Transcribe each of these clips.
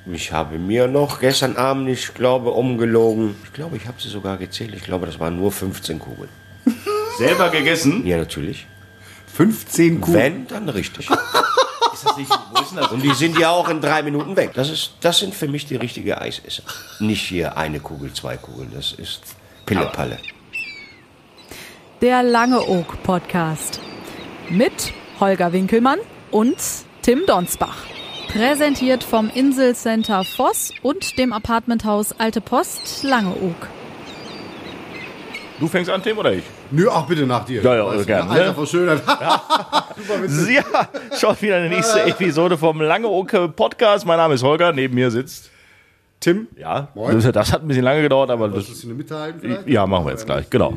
Ich habe mir noch gestern Abend, ich glaube, umgelogen. Ich glaube, ich habe sie sogar gezählt. Ich glaube, das waren nur 15 Kugeln. Selber gegessen? Ja, natürlich. 15 Kugeln? Wenn, dann richtig. Ist das nicht, wo ist denn das? Und die sind ja auch in 3 Minuten weg. Das sind für mich die richtige Eisesser. Nicht hier eine Kugel, 2 Kugeln. Das ist Pillepalle. Der Langeoog-Podcast mit Holger Winkelmann und Tim Donsbach. Präsentiert vom Inselcenter Voss und dem Apartmenthaus Alte Post Langeoog. Du fängst an, Tim, oder ich? Nö, ach bitte nach dir. Ja, gerne. Alter, verschönert. Ja, schon wieder eine nächste Episode vom Langeoog-Podcast. Mein Name ist Holger, neben mir sitzt Tim? Ja, Moin. das hat ein bisschen lange gedauert, aber Wolltest du es dir mitteilen vielleicht? ja, machen wir jetzt gleich, genau.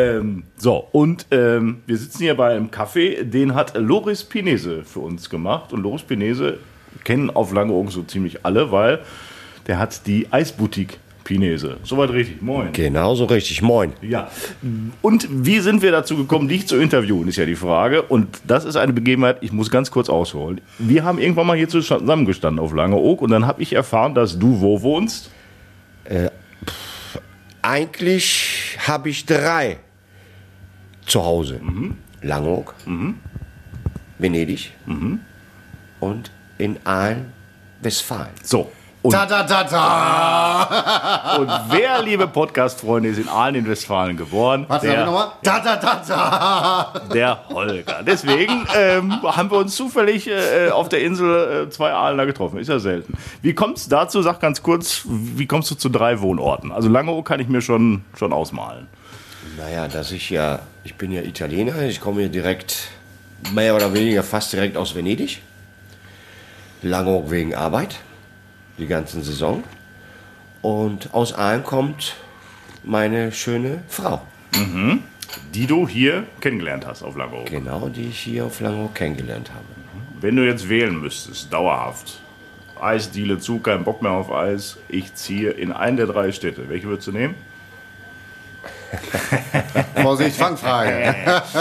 Wir sitzen hier bei einem Café, den hat Loris Pinese für uns gemacht. Und Loris Pinese kennen auf Langeoog so ziemlich alle, weil der hat die Eisboutique Pinese. Soweit richtig, moin. Genau so richtig. Moin. Ja, und wie sind wir dazu gekommen, dich zu interviewen, ist ja die Frage. Und das ist eine Begebenheit, ich muss ganz kurz ausholen. Wir haben irgendwann mal hier zusammengestanden auf Langeoog und dann habe ich erfahren, dass du wo wohnst? Eigentlich habe ich 3 zu Hause. Langeoog, Venedig und in Aalen, Westfalen. So. Und, Ta. und wer, liebe Podcast-Freunde, ist in Aalen in Westfalen geboren? Warte, nochmal. Ta. Der Holger. Deswegen haben wir uns zufällig auf der Insel 2 Aalener getroffen. Ist ja selten. Wie kommt es dazu? Sag ganz kurz, wie kommst du zu 3 Wohnorten? Also Langeoog kann ich mir schon ausmalen. Naja, ich bin ja Italiener, ich komme hier direkt, mehr oder weniger fast direkt aus Venedig. Langeoog wegen Arbeit, die ganze Saison. Und aus Aalen kommt meine schöne Frau. Die du hier kennengelernt hast auf Langeoog. Genau, die ich hier auf Langeoog kennengelernt habe. Wenn du jetzt wählen müsstest, dauerhaft, Eisdiele zu, kein Bock mehr auf Eis, ich ziehe in einen der 3 Städte. Welche würdest du nehmen? Vorsicht, Fangfrage.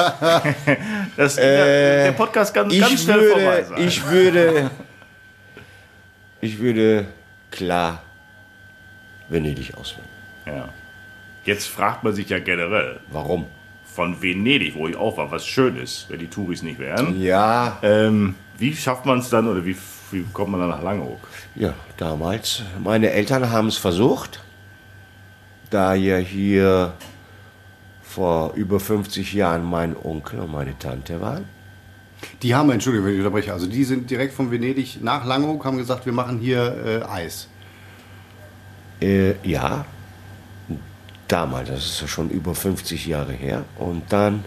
Der Podcast kann ganz schnell vorbei sein. Ich würde klar Venedig auswählen. Ja. Jetzt fragt man sich ja generell, Warum? von Venedig, wo ich auch war, was schön ist, wenn die Touris nicht wären. Ja, Wie schafft man es dann oder wie kommt man dann nach Langeoog? ja, damals, meine Eltern haben es versucht, da ja hier vor über 50 Jahren mein Onkel und meine Tante waren. Die haben, Entschuldigung, wenn ich unterbreche, also die sind direkt von Venedig nach Langeoog, haben gesagt, wir machen hier Eis. Ja, damals, das ist ja schon über 50 Jahre her. Und dann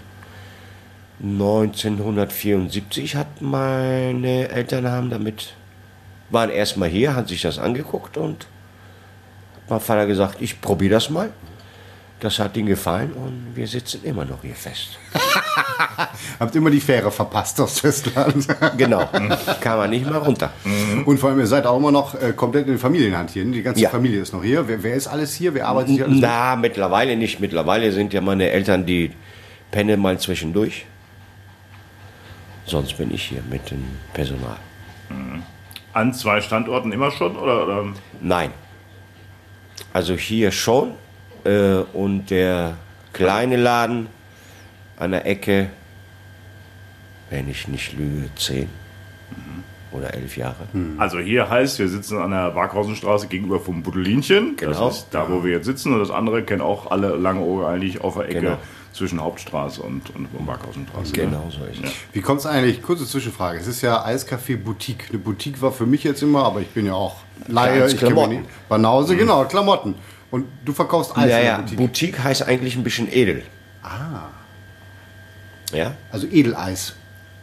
1974 hat meine Eltern waren erstmal hier, haben sich das angeguckt und mein Vater gesagt, ich probiere das mal. Das hat ihnen gefallen und wir sitzen immer noch hier fest. Habt immer die Fähre verpasst aus Festland. Genau, kam man nicht mehr runter. Und vor allem, ihr seid auch immer noch komplett in Familienhand hier. Ne? Die ganze Ja. Familie ist noch hier. Wer ist alles hier? Wer arbeitet hier alles mit? Na, mittlerweile nicht. Mittlerweile sind ja meine Eltern, die pennen mal zwischendurch. Sonst bin ich hier mit dem Personal. An 2 Standorten immer schon? Oder? Nein. Also hier schon. Und der kleine Laden an der Ecke, wenn ich nicht lüge, 10 oder 11 Jahre. Also hier heißt, wir sitzen an der Barkhausenstraße gegenüber vom Buddelinchen. Genau. Das ist da, wo wir jetzt sitzen. Und das andere kennen auch alle Langeoog eigentlich auf der Ecke Genau. zwischen Hauptstraße und Barkhausenstraße. Genau so ist es. Wie kommt es eigentlich, kurze Zwischenfrage, es ist ja Eiscafé Boutique. Eine Boutique war für mich jetzt immer, aber ich bin ja auch Laie. Ganz Ich kenne Klamotten. mich nicht. Banause, genau, Klamotten. Und du verkaufst Eis in der Ja, Boutique. Boutique heißt eigentlich ein bisschen edel. Ja, Also Edeleis.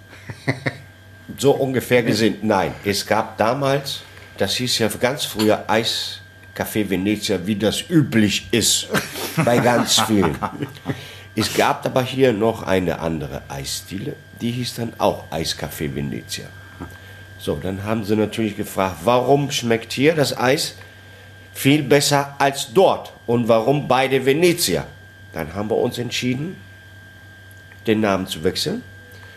so ungefähr gesinnt. Nein, es gab damals, das hieß ja ganz früher Eiscafé Venezia, wie das üblich ist bei ganz vielen. Es gab aber hier noch eine andere Eisdiele, die hieß dann auch Eiscafé Venezia. So, dann haben sie natürlich gefragt, warum schmeckt hier das Eis viel besser als dort und warum beide Venezia? Dann haben wir uns entschieden, den Namen zu wechseln.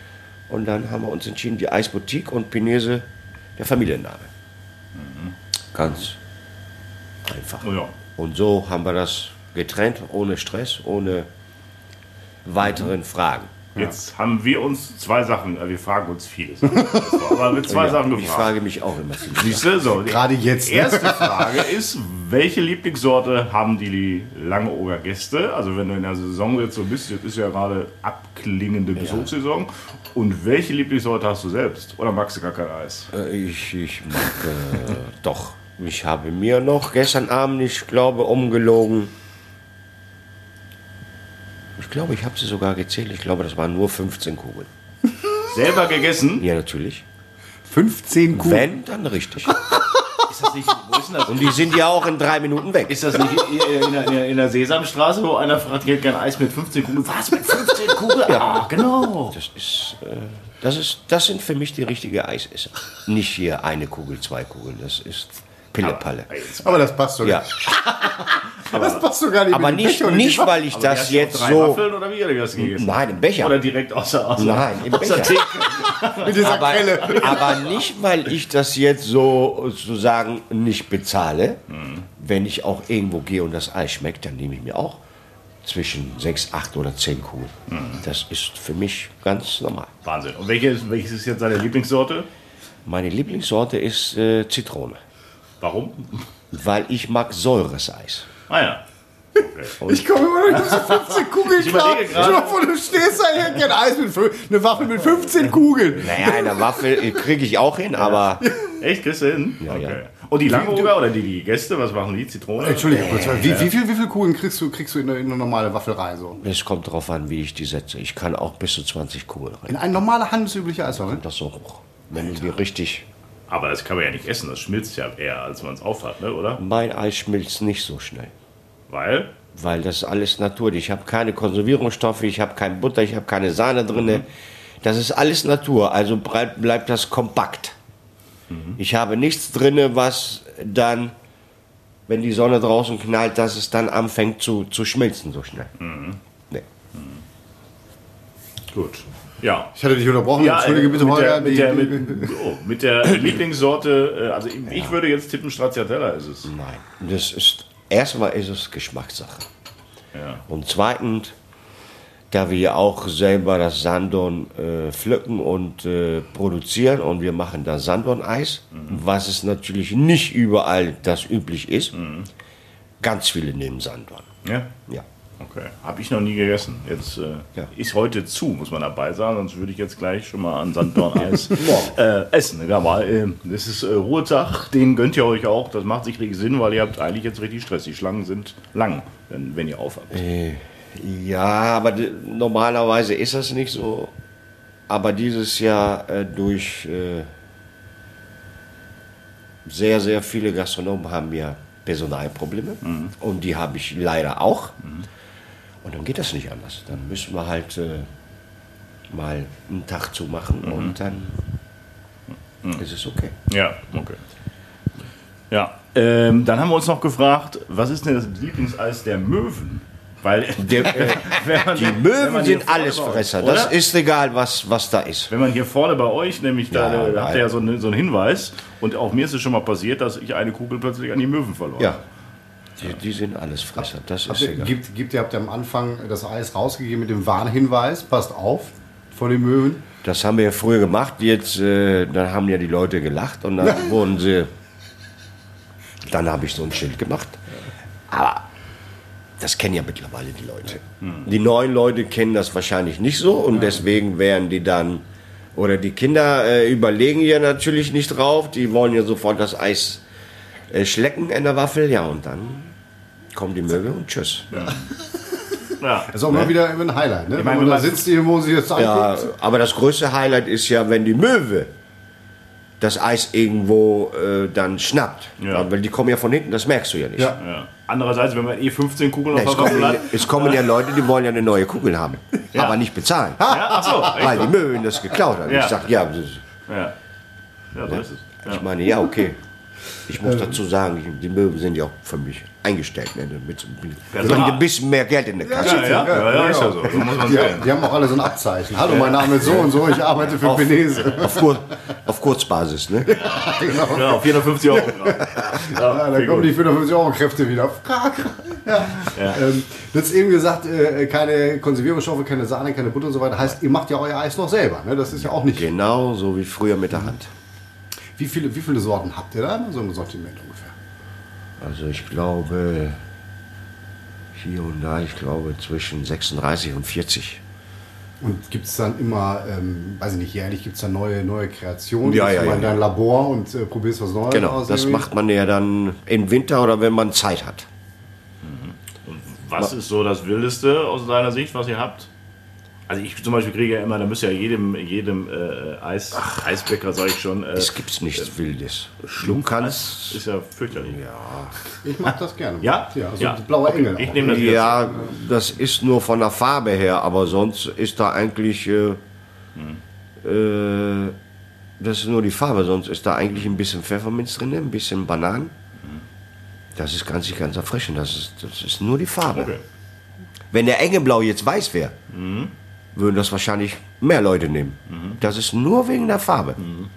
Und dann haben wir uns entschieden, die Eisboutique und Pinese der Familienname. Ganz einfach. Ja. Und so haben wir das getrennt, ohne Stress, ohne weiteren Fragen. Jetzt haben wir uns zwei Sachen, wir fragen uns viele Sachen, aber mit zwei Sachen Ich gefragt. frage mich auch immer. Siehst du, so, die Gerade jetzt. Ne? erste Frage ist, welche Lieblingssorte haben die Langeoger Gäste? Also wenn du in der Saison jetzt so bist, jetzt ist ja gerade abklingende Besuchssaison. Und welche Lieblingssorte hast du selbst? Oder magst du gar kein Eis? Ich mag doch. Ich habe mir noch gestern Abend, ich glaube, umgelogen. Ich glaube, ich habe sie sogar gezählt. Ich glaube, das waren nur 15 Kugeln. Selber gegessen? Ja, natürlich. 15 Kugeln. Wenn, dann richtig. Ist das nicht, wo ist denn das? Und die sind ja auch in 3 Minuten weg. Ist das nicht in der Sesamstraße, wo einer fragt, ich hätte gern Eis mit 15 Kugeln? Was, mit 15 Kugeln? Ja, genau. Das sind für mich die richtige Eisesser. Nicht hier eine Kugel, 2 Kugeln. Das ist Pillepalle. Aber das passt doch Ja, nicht. Das passt doch gar nicht. aber mit dem Becher und nicht dem weil ich Aber das hast du jetzt auch 3 so... Waffeln oder wie hast du gegessen? Nein, im Becher. Oder direkt außer Nein, im aus der Becher. Theke. mit dieser Quelle. Aber nicht, weil ich das jetzt so sozusagen nicht bezahle. Wenn ich auch irgendwo gehe und das Eis schmeckt, dann nehme ich mir auch zwischen 6, 8 oder 10 Kugeln. Das ist für mich ganz normal. Wahnsinn. Und welches ist jetzt deine Lieblingssorte? Meine Lieblingssorte ist Zitrone, Warum? weil ich mag säures Eis. Ah ja. Ich komme immer noch nicht zu 15 Kugeln Ich überlege klar. gerade- Stell dir vor, du stehst da, ich hätte gerne Eis mit eine Waffel mit 15 Kugeln. Naja, eine Waffel kriege ich auch hin, aber Echt, kriegst du hin? Ja, ja. Und die Langeoger oder die Gäste, was machen die? Zitrone? Entschuldigung, kurz, wie viele Kugeln kriegst du in eine normale Waffel rein? So? es kommt darauf an, wie ich die setze. Ich kann auch bis zu 20 Kugeln rein. In eine normale handelsübliche Eiswaffel? Das so hoch. Wenn du die richtig... Aber das kann man ja nicht essen, das schmilzt ja eher, als man es aufhat, ne, oder? Mein Eis schmilzt nicht so schnell. Weil? Weil das ist alles Natur. Ich habe keine Konservierungsstoffe, ich habe keine Butter, ich habe keine Sahne drin. Das ist alles Natur, also bleibt das kompakt. Ich habe nichts drin, was dann, wenn die Sonne draußen knallt, dass es dann anfängt zu schmilzen so schnell. Nee. Gut. Ja. Ich hatte dich unterbrochen, entschuldige bitte, Holger. Mit der Lieblingssorte, also ich würde jetzt tippen, Stracciatella ist es. Nein. Das ist, erstmal ist es Geschmackssache. Ja. Und zweitens, da wir ja auch selber das Sanddorn pflücken und produzieren und wir machen da Sanddorn-Eis, was es natürlich nicht überall das üblich ist. Ganz viele nehmen Sanddorn. Ja? Ja. Okay. Habe ich noch nie gegessen. Jetzt Ja. ist heute zu, muss man dabei sagen, sonst würde ich jetzt gleich schon mal an Sanddorn-Eis essen. Ja, mal, das ist Ruhetag, den gönnt ihr euch auch. Das macht sicherlich Sinn, weil ihr habt eigentlich jetzt richtig Stress. Die Schlangen sind lang, wenn ihr aufhabt. Ja, aber normalerweise ist das nicht so. Aber dieses Jahr durch sehr, sehr viele Gastronomen haben wir Personalprobleme. Und die habe ich leider auch. Und dann geht das nicht anders. Dann müssen wir halt mal einen Tag zumachen und dann ist es okay. Ja, okay. Ja, dann haben wir uns noch gefragt, was ist denn das Lieblingseis der Möwen? Weil wenn man- Die wenn Möwen man hier sind vorne alles bei euch, Fresser. oder? Das ist egal, was da ist. Wenn man hier vorne bei euch, nämlich da Ja, habt ihr ja so einen Hinweis, und auch mir ist es schon mal passiert, dass ich eine Kugel plötzlich an die Möwen verloren Ja. habe. Die sind alles Fresser. Das ist egal. Ihr habt ja am Anfang das Eis rausgegeben mit dem Warnhinweis, passt auf vor den Möwen. Das haben wir ja früher gemacht. Jetzt, dann haben ja die Leute gelacht und dann wurden sie. Dann habe ich so ein Schild gemacht. Aber das kennen ja mittlerweile die Leute. Die neuen Leute kennen das wahrscheinlich nicht so und deswegen werden die dann. Oder die Kinder überlegen ja natürlich nicht drauf. Die wollen ja sofort das Eis schlecken in der Waffel. Ja, und dann kommen die Möwe und tschüss. Ja. Das ist auch mal wieder ein Highlight, ne? meine, Wenn man wenn da man- sitzt, wo man sich jetzt Ja, anguckt. aber das größte Highlight ist ja, wenn die Möwe das Eis irgendwo dann schnappt. Ja. Weil die kommen ja von hinten, das merkst du ja nicht. Ja. Ja. Andererseits, wenn man 15 Kugeln auf Es der Waffel kommen, hat. es kommen ja Leute, die wollen ja eine neue Kugel haben, Ja. aber nicht bezahlen, Ja, ach so, weil die Möwen das geklaut haben. Ja. Ich sag, ja, ja. Ja, so ist es. Ja. ich meine, ja, okay. Ich muss dazu sagen, die Möwen sind ja auch für mich eingestellt. Ne? Mit ein bisschen mehr Geld in der Kasse. Ja, ist ja so. So muss man sehen. Die haben auch alle so ein Abzeichen. Hallo, mein Name ist so und so, ich arbeite für Benese. Auf Kurzbasis. Ne? Genau. Ja, 450 Euro. Ja, da kommen die 450 Euro Kräfte wieder. Ja. Du hast eben gesagt, keine Konservierungsstoffe, keine Sahne, keine Butter und so weiter. Heißt, ihr macht ja euer Eis noch selber. Ne? Das ist ja auch nicht... Genau so wie früher mit der Hand. Wie viele Sorten habt ihr da in so einem Sortiment ungefähr? Also ich glaube, hier und da, zwischen 36 und 40. Und gibt es dann immer, weiß ich nicht, jährlich gibt es dann neue Kreationen? Ja, Bist du ja, mal in dein Labor und probierst was Neues Genau, aus? das irgendwie? macht man ja dann im Winter oder wenn man Zeit hat. Was ist so das Wildeste aus deiner Sicht, was ihr habt? Also ich zum Beispiel kriege ja immer, da müsste ja jedem Eisbäcker, sage ich schon, Es gibt nichts Wildes. Du Schlumpfeis kannst... ist ja fürchterlich. Ich mag das gerne. Ja? Ja, also Ja. blauer Engel. Ich auch. nehme das jetzt. Ja, das ist nur von der Farbe her, aber sonst ist da eigentlich... das ist nur die Farbe, sonst ist da eigentlich ein bisschen Pfefferminz drin, ein bisschen Bananen. Das ist ganz erfrischend, das ist nur die Farbe. Okay. Wenn der Engelblau jetzt weiß wäre, würden das wahrscheinlich mehr Leute nehmen. Das ist nur wegen der Farbe.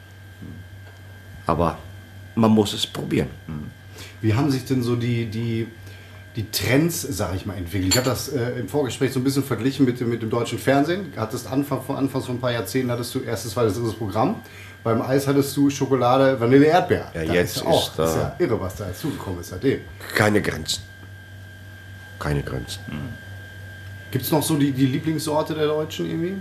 Aber man muss es probieren. Wie haben sich denn so die Trends, sag ich mal, entwickelt? Ich habe das im Vorgespräch so ein bisschen verglichen mit dem deutschen Fernsehen. Hattest anfangs von ein paar Jahrzehnten hattest du erstes, zweites, drittes Programm. Beim Eis hattest du Schokolade, Vanille, Erdbeer. Ja, Da jetzt ist ja auch, ist das ist da- ja irre, was da dazugekommen ist seitdem. Keine Grenzen. Keine Grenzen. Gibt es noch so die Lieblingssorte der Deutschen irgendwie?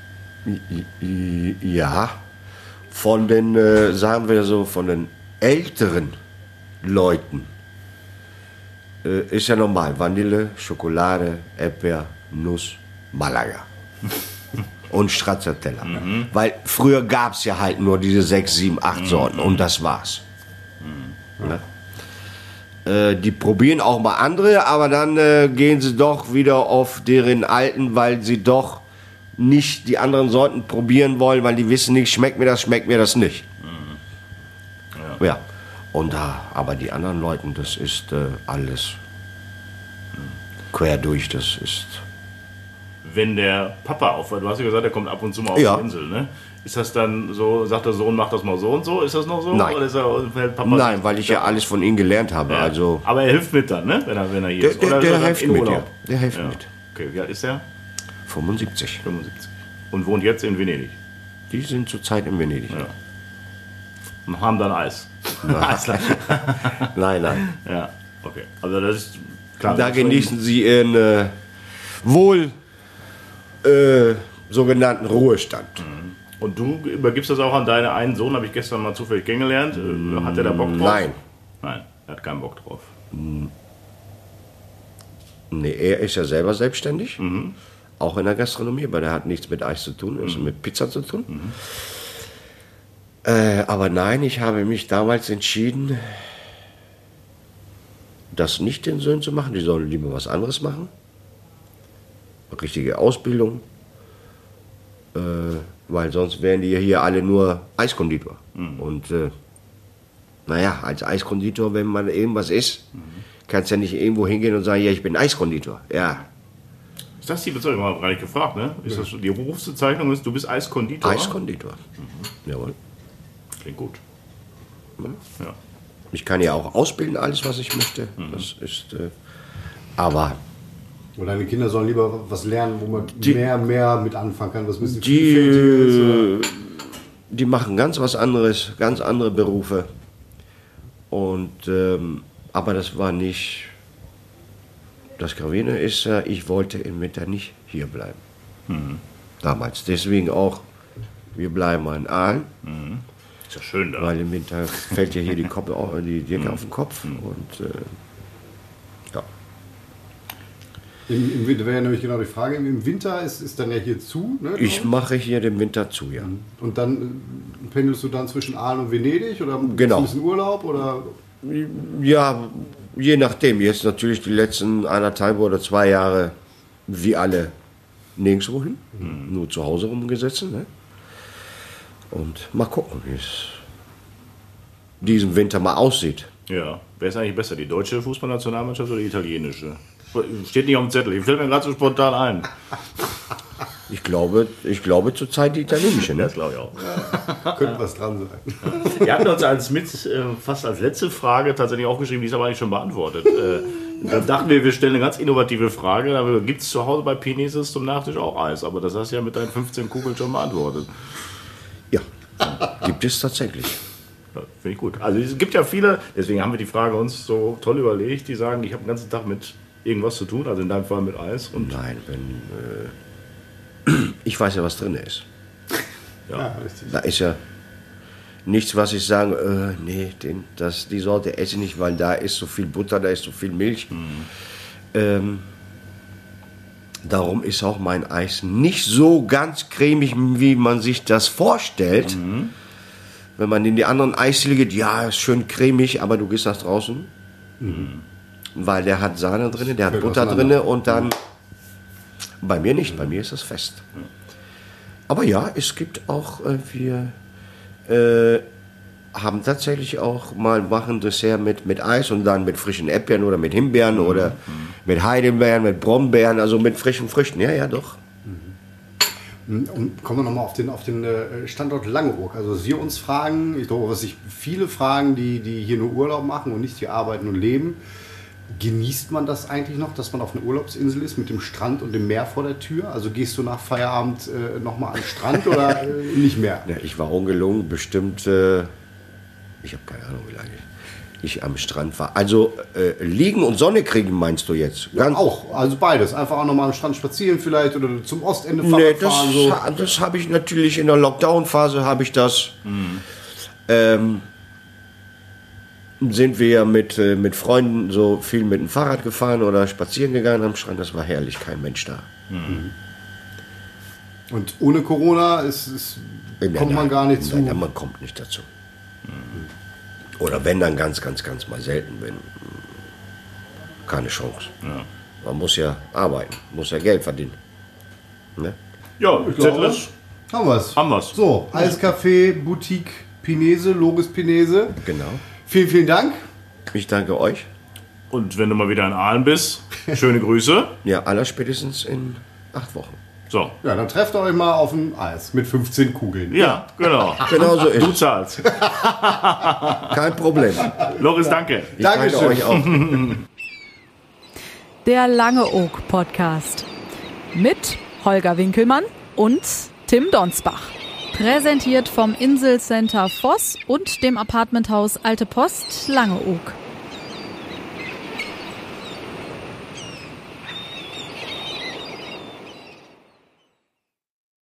Ja, von den, sagen wir so, von den älteren Leuten ist ja normal. Vanille, Schokolade, Erdbeer, Nuss, Malaga. Und Stracciatella. Weil früher gab es ja halt nur diese 6, 7, 8 Sorten und das war's. Ne? Die probieren auch mal andere, aber dann gehen sie doch wieder auf deren alten, weil sie doch nicht die anderen Sorten probieren wollen, weil die wissen nicht, schmeckt mir das nicht. Ja. Und aber die anderen Leuten, das ist alles quer durch, das ist... Wenn der Papa aufhört, du hast ja gesagt, er kommt ab und zu mal auf Ja. die Insel, ne? Ist das dann so, sagt der Sohn, mach das mal so und so? Ist das noch so? Nein. Oder fällt Papa Nein, weil ich ja alles von ihnen gelernt habe, Ja. also... Aber er hilft mit dann, ne? Wenn er hier ist. Oder ist Der er dann hilft in mit, Urlaub? ja. Der hilft Ja. mit. Okay, wie alt ist er? 75. 75. Und wohnt jetzt in Venedig. Die sind zurzeit in Venedig. Ja. Und haben dann Eis. Eisland. Nein. Ja, okay. Also das ist klar. Da das ist schon- genießen sie ihren sogenannten Ruhestand. Und du übergibst das auch an deinen einen Sohn, habe ich gestern mal zufällig kennengelernt. Hat der da Bock drauf? Nein. Nein, er hat keinen Bock drauf. Nee, er ist ja selber selbstständig. Auch in der Gastronomie, aber der hat nichts mit Eis zu tun, also mit Pizza zu tun. Aber nein, ich habe mich damals entschieden, das nicht den Söhnen zu machen. Die sollen lieber was anderes machen. Richtige Ausbildung. Weil sonst wären die ja hier alle nur Eiskonditor. Und naja, als Eiskonditor, wenn man irgendwas ist, kannst ja nicht irgendwo hingehen und sagen, ja, ich bin Eiskonditor. Ja, Ist das die Bezeichnung? Ich habe gar nicht gefragt, ne? Ist das die Berufsbezeichnung ist, du bist Eiskonditor? Eiskonditor. Jawohl. Klingt gut. Ja. Ich kann ja auch ausbilden, alles, was ich möchte. Das ist, aber Oder deine Kinder sollen lieber was lernen, wo man mehr mit anfangen kann, was ein bisschen die, vielfältiger ist. Oder? die machen ganz was anderes, ganz andere Berufe. Und, aber das war nicht, das Gravierende ist, ich wollte im Winter nicht hier bleiben. Damals. Deswegen auch, wir bleiben in Aalen, Ist ja schön da. weil im Winter fällt ja hier die Decke auf den Kopf. Und ja. Im Winter wäre ja nämlich genau die Frage. Im Winter ist dann ja hier zu. Ne, Ich mache hier den Winter zu, ja. Und dann pendelst du dann zwischen Aalen und Venedig oder gibt's Genau. ein bisschen Urlaub oder Ja, je nachdem. Jetzt natürlich die letzten 1,5 oder 2 Jahre, wie alle, nirgendwo hin. Nur zu Hause rumgesessen. Ne? Und mal gucken. diesen Winter mal aussieht. Ja. Wer ist eigentlich besser, die deutsche Fußballnationalmannschaft oder die italienische? Steht nicht auf dem Zettel. Fällt mir gerade so spontan ein. Ich glaube zurzeit die italienische, ne? Das glaube ich auch. Könnte was dran sein. Wir hatten uns fast als letzte Frage tatsächlich aufgeschrieben, die ist aber eigentlich schon beantwortet. Dann dachten wir stellen eine ganz innovative Frage. Gibt es zu Hause bei Pineses zum Nachtisch auch Eis? Aber das hast du ja mit deinen 15 Kugeln schon beantwortet. Ja, gibt es tatsächlich. Ja, finde ich gut. Also es gibt ja viele, deswegen haben wir die Frage uns so toll überlegt, die sagen, ich habe den ganzen Tag mit irgendwas zu tun, also in deinem Fall mit Eis. Und Nein, ich weiß ja, was drin ist. Ja, richtig. Da ist ja nichts, was ich sage, nee, die Sorte esse ich nicht, weil da ist so viel Butter, da ist so viel Milch. Darum ist auch mein Eis nicht so ganz cremig, wie man sich das vorstellt. Wenn man in die anderen Eisdiele geht, ja, ist schön cremig, aber du gehst nach draußen, weil der hat Sahne drin, der hat Butter drin und dann, bei mir nicht, bei mir ist das fest. Aber ja, es gibt auch, wir haben tatsächlich auch machen Dessert mit Eis und dann mit frischen Äpfeln oder mit Himbeeren oder mit Heidelbeeren, mit Brombeeren, also mit frischen Früchten. Ja, doch. Und kommen wir nochmal auf den Standort Langeoog. Also was wir uns fragen, ich glaube, was sich viele fragen, die hier nur Urlaub machen und nicht hier arbeiten und leben, genießt man das eigentlich noch, dass man auf einer Urlaubsinsel ist mit dem Strand und dem Meer vor der Tür? Also gehst du nach Feierabend nochmal an den Strand oder nicht mehr? Ja, ich war ungelogen, bestimmt, ich habe keine Ahnung, wie lange ich am Strand war. Also liegen und Sonne kriegen, meinst du jetzt? Ja, auch, also beides. Einfach auch nochmal am Strand spazieren vielleicht oder zum Ostende fahren. Nee, das habe ich natürlich in der Lockdown-Phase, habe ich das. Sind wir mit Freunden so viel mit dem Fahrrad gefahren oder spazieren gegangen am Strand. Das war herrlich, kein Mensch da. Und ohne Corona kommt man gar nicht zu. Nein, man kommt nicht dazu. Oder wenn, dann ganz, ganz, ganz mal selten. Keine Chance. Ja. Man muss ja arbeiten, muss ja Geld verdienen. Ne? Ja, ich glaube, haben wir's. So, Eiscafé, Boutique Pinese, Logis Pinese. Genau. Vielen, vielen Dank. Ich danke euch. Und wenn du mal wieder in Aalen bist, schöne Grüße. Ja, allerspätestens in 8 Wochen. So. Ja, dann trefft ihr euch mal auf dem Eis mit 15 Kugeln. Ja, genau. Genau so ist Du zahlst. Kein Problem. Loris, danke. Ich danke euch auch. Der Langeoog Podcast mit Holger Winkelmann und Tim Donsbach. Präsentiert vom Inselcenter Voss und dem Apartmenthaus Alte Post Langeoog.